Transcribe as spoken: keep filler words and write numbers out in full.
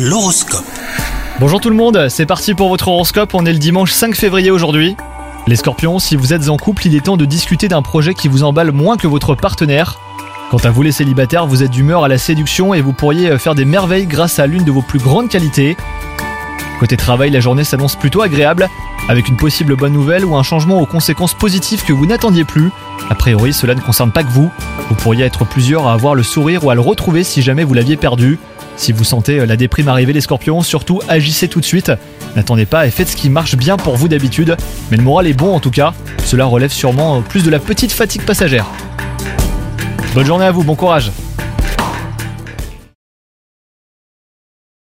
L'horoscope. Bonjour tout le monde, c'est parti pour votre horoscope, on est le dimanche cinq février aujourd'hui. Les scorpions, si vous êtes en couple, il est temps de discuter d'un projet qui vous emballe moins que votre partenaire. Quant à vous les célibataires, vous êtes d'humeur à la séduction et vous pourriez faire des merveilles grâce à l'une de vos plus grandes qualités. Côté travail, la journée s'annonce plutôt agréable, avec une possible bonne nouvelle ou un changement aux conséquences positives que vous n'attendiez plus. A priori, cela ne concerne pas que vous. Vous pourriez être plusieurs à avoir le sourire ou à le retrouver si jamais vous l'aviez perdu. Si vous sentez la déprime arriver les scorpions, surtout agissez tout de suite. N'attendez pas et faites ce qui marche bien pour vous d'habitude. Mais le moral est bon en tout cas, cela relève sûrement plus de la petite fatigue passagère. Bonne journée à vous, bon courage.